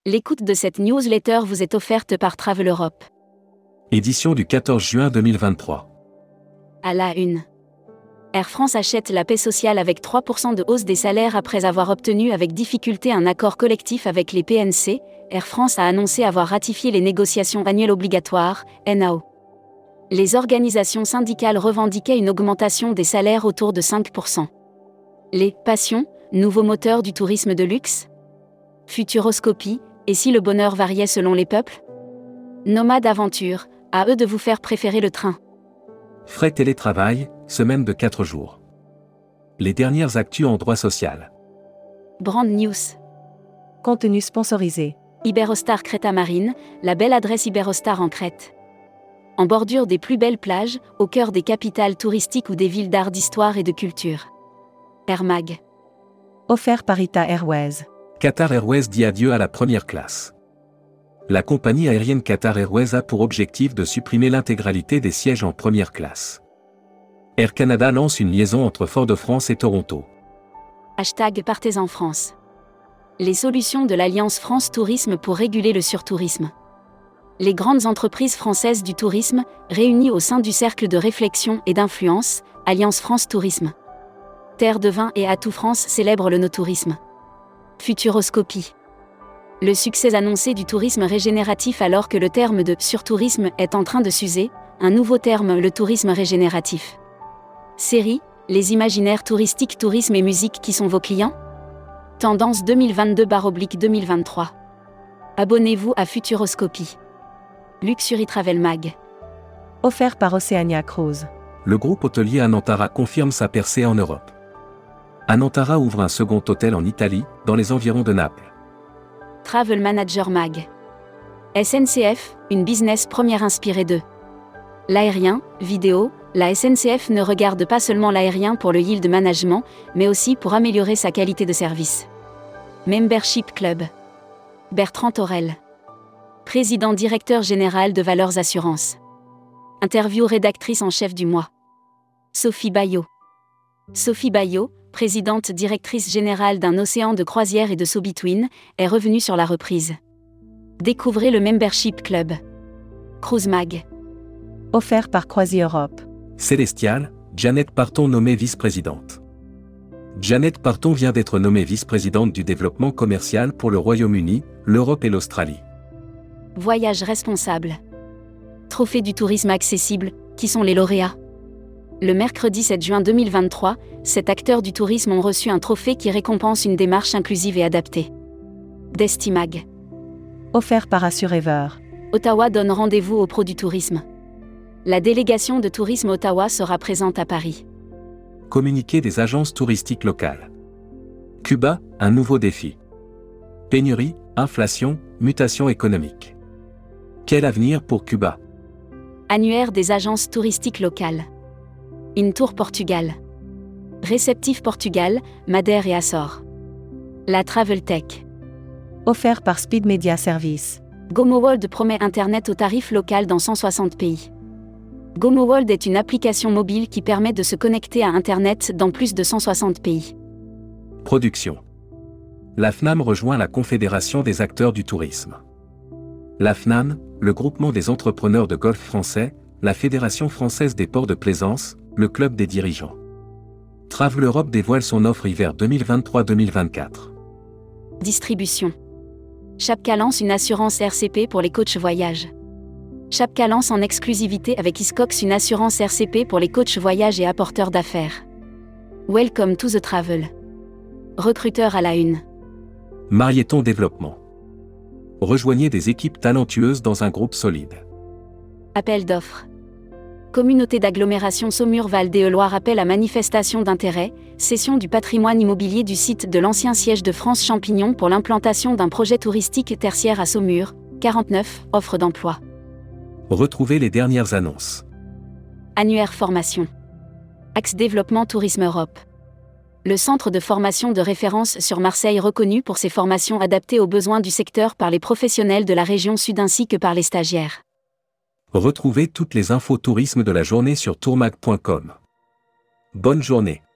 L'écoute de cette newsletter vous est offerte par Travel Europe. Édition du 14 juin 2023. À la une. Air France achète la paix sociale avec 3% de hausse des salaires après avoir obtenu avec difficulté un accord collectif avec les PNC. Air France a annoncé avoir ratifié les négociations annuelles obligatoires, NAO. Les organisations syndicales revendiquaient une augmentation des salaires autour de 5%. Les Passions, nouveau moteur du tourisme de luxe. Futuroscopie, et si le bonheur variait selon les peuples? Nomade Aventure, à eux de vous faire préférer le train. Frais télétravail, semaine de 4 jours. Les dernières actus en droit social. Brand News. Contenu sponsorisé. Iberostar Creta Marine, la belle adresse Iberostar en Crète. En bordure des plus belles plages, au cœur des capitales touristiques ou des villes d'art, d'histoire et de culture. Air Mag. Offert par Ita Airways. Qatar Airways dit adieu à la première classe. La compagnie aérienne Qatar Airways a pour objectif de supprimer l'intégralité des sièges en première classe. Air Canada lance une liaison entre Fort-de-France et Toronto. #Partez en France. Les solutions de l'Alliance France Tourisme pour réguler le surtourisme. Les grandes entreprises françaises du tourisme, réunies au sein du cercle de réflexion et d'influence, Alliance France Tourisme. Terre de vin et Atout France célèbre le no-tourisme. Futuroscopie. Le succès annoncé du tourisme régénératif alors que le terme de « surtourisme » est en train de s'user, un nouveau terme, le tourisme régénératif. Série, les imaginaires touristiques, tourisme et musique qui sont vos clients? Tendance 2022/2023. Abonnez-vous à Futuroscopie. Luxury Travel Mag. Offert par Oceania Cruise. Le groupe hôtelier Anantara confirme sa percée en Europe. Anantara ouvre un second hôtel en Italie, dans les environs de Naples. Travel Manager Mag. SNCF, une business première inspirée de l'aérien, vidéo. La SNCF ne regarde pas seulement l'aérien pour le yield management, mais aussi pour améliorer sa qualité de service. Membership Club. Bertrand Torel. Président directeur général de Valeurs Assurances. Interview rédactrice en chef du mois. Sophie Bayot. Sophie Bayot, présidente directrice générale d'un océan de croisière et de So-Between, est revenue sur la reprise. Découvrez le Membership Club. Cruise Mag. Offert par CroisiEurope. Célestial, Janet Parton nommée vice-présidente. Janet Parton vient d'être nommée vice-présidente du développement commercial pour le Royaume-Uni, l'Europe et l'Australie. Voyage responsable. Trophée du tourisme accessible, qui sont les lauréats? Le mercredi 7 juin 2023, 7 acteurs du tourisme ont reçu un trophée qui récompense une démarche inclusive et adaptée. Destimag. Offert par Assurever. Ottawa donne rendez-vous aux pros du tourisme. La délégation de tourisme Ottawa sera présente à Paris. Communiqué des agences touristiques locales. Cuba, un nouveau défi. Pénurie, inflation, mutation économique. Quel avenir pour Cuba? Annuaire des agences touristiques locales. Intour Portugal. Réceptif Portugal, Madère et Açores. La Travel Tech. Offert par Speed Media Service. GoMoWorld promet Internet au tarif local dans 160 pays. GoMoWorld est une application mobile qui permet de se connecter à Internet dans plus de 160 pays. Production. La FNAM rejoint la Confédération des acteurs du tourisme. La FNAM, le groupement des entrepreneurs de golf français, la Fédération française des ports de plaisance, le club des dirigeants. Travel Europe dévoile son offre hiver 2023-2024. Distribution. Chapka lance une assurance RCP pour les coachs voyage. Chapka lance en exclusivité avec Hiscox une assurance RCP pour les coachs voyage et apporteurs d'affaires. Welcome to the travel. Recruteur à la une. Marieton Développement. Rejoignez des équipes talentueuses dans un groupe solide. Appel d'offres. Communauté d'agglomération Saumur-Val d'Eauloire appelle à manifestation d'intérêt, cession du patrimoine immobilier du site de l'ancien siège de France Champignon pour l'implantation d'un projet touristique tertiaire à Saumur, 49, offre d'emploi. Retrouvez les dernières annonces. Annuaire formation. Axe Développement Tourisme Europe. Le centre de formation de référence sur Marseille reconnu pour ses formations adaptées aux besoins du secteur par les professionnels de la région sud ainsi que par les stagiaires. Retrouvez toutes les infos tourisme de la journée sur tourmag.com. Bonne journée.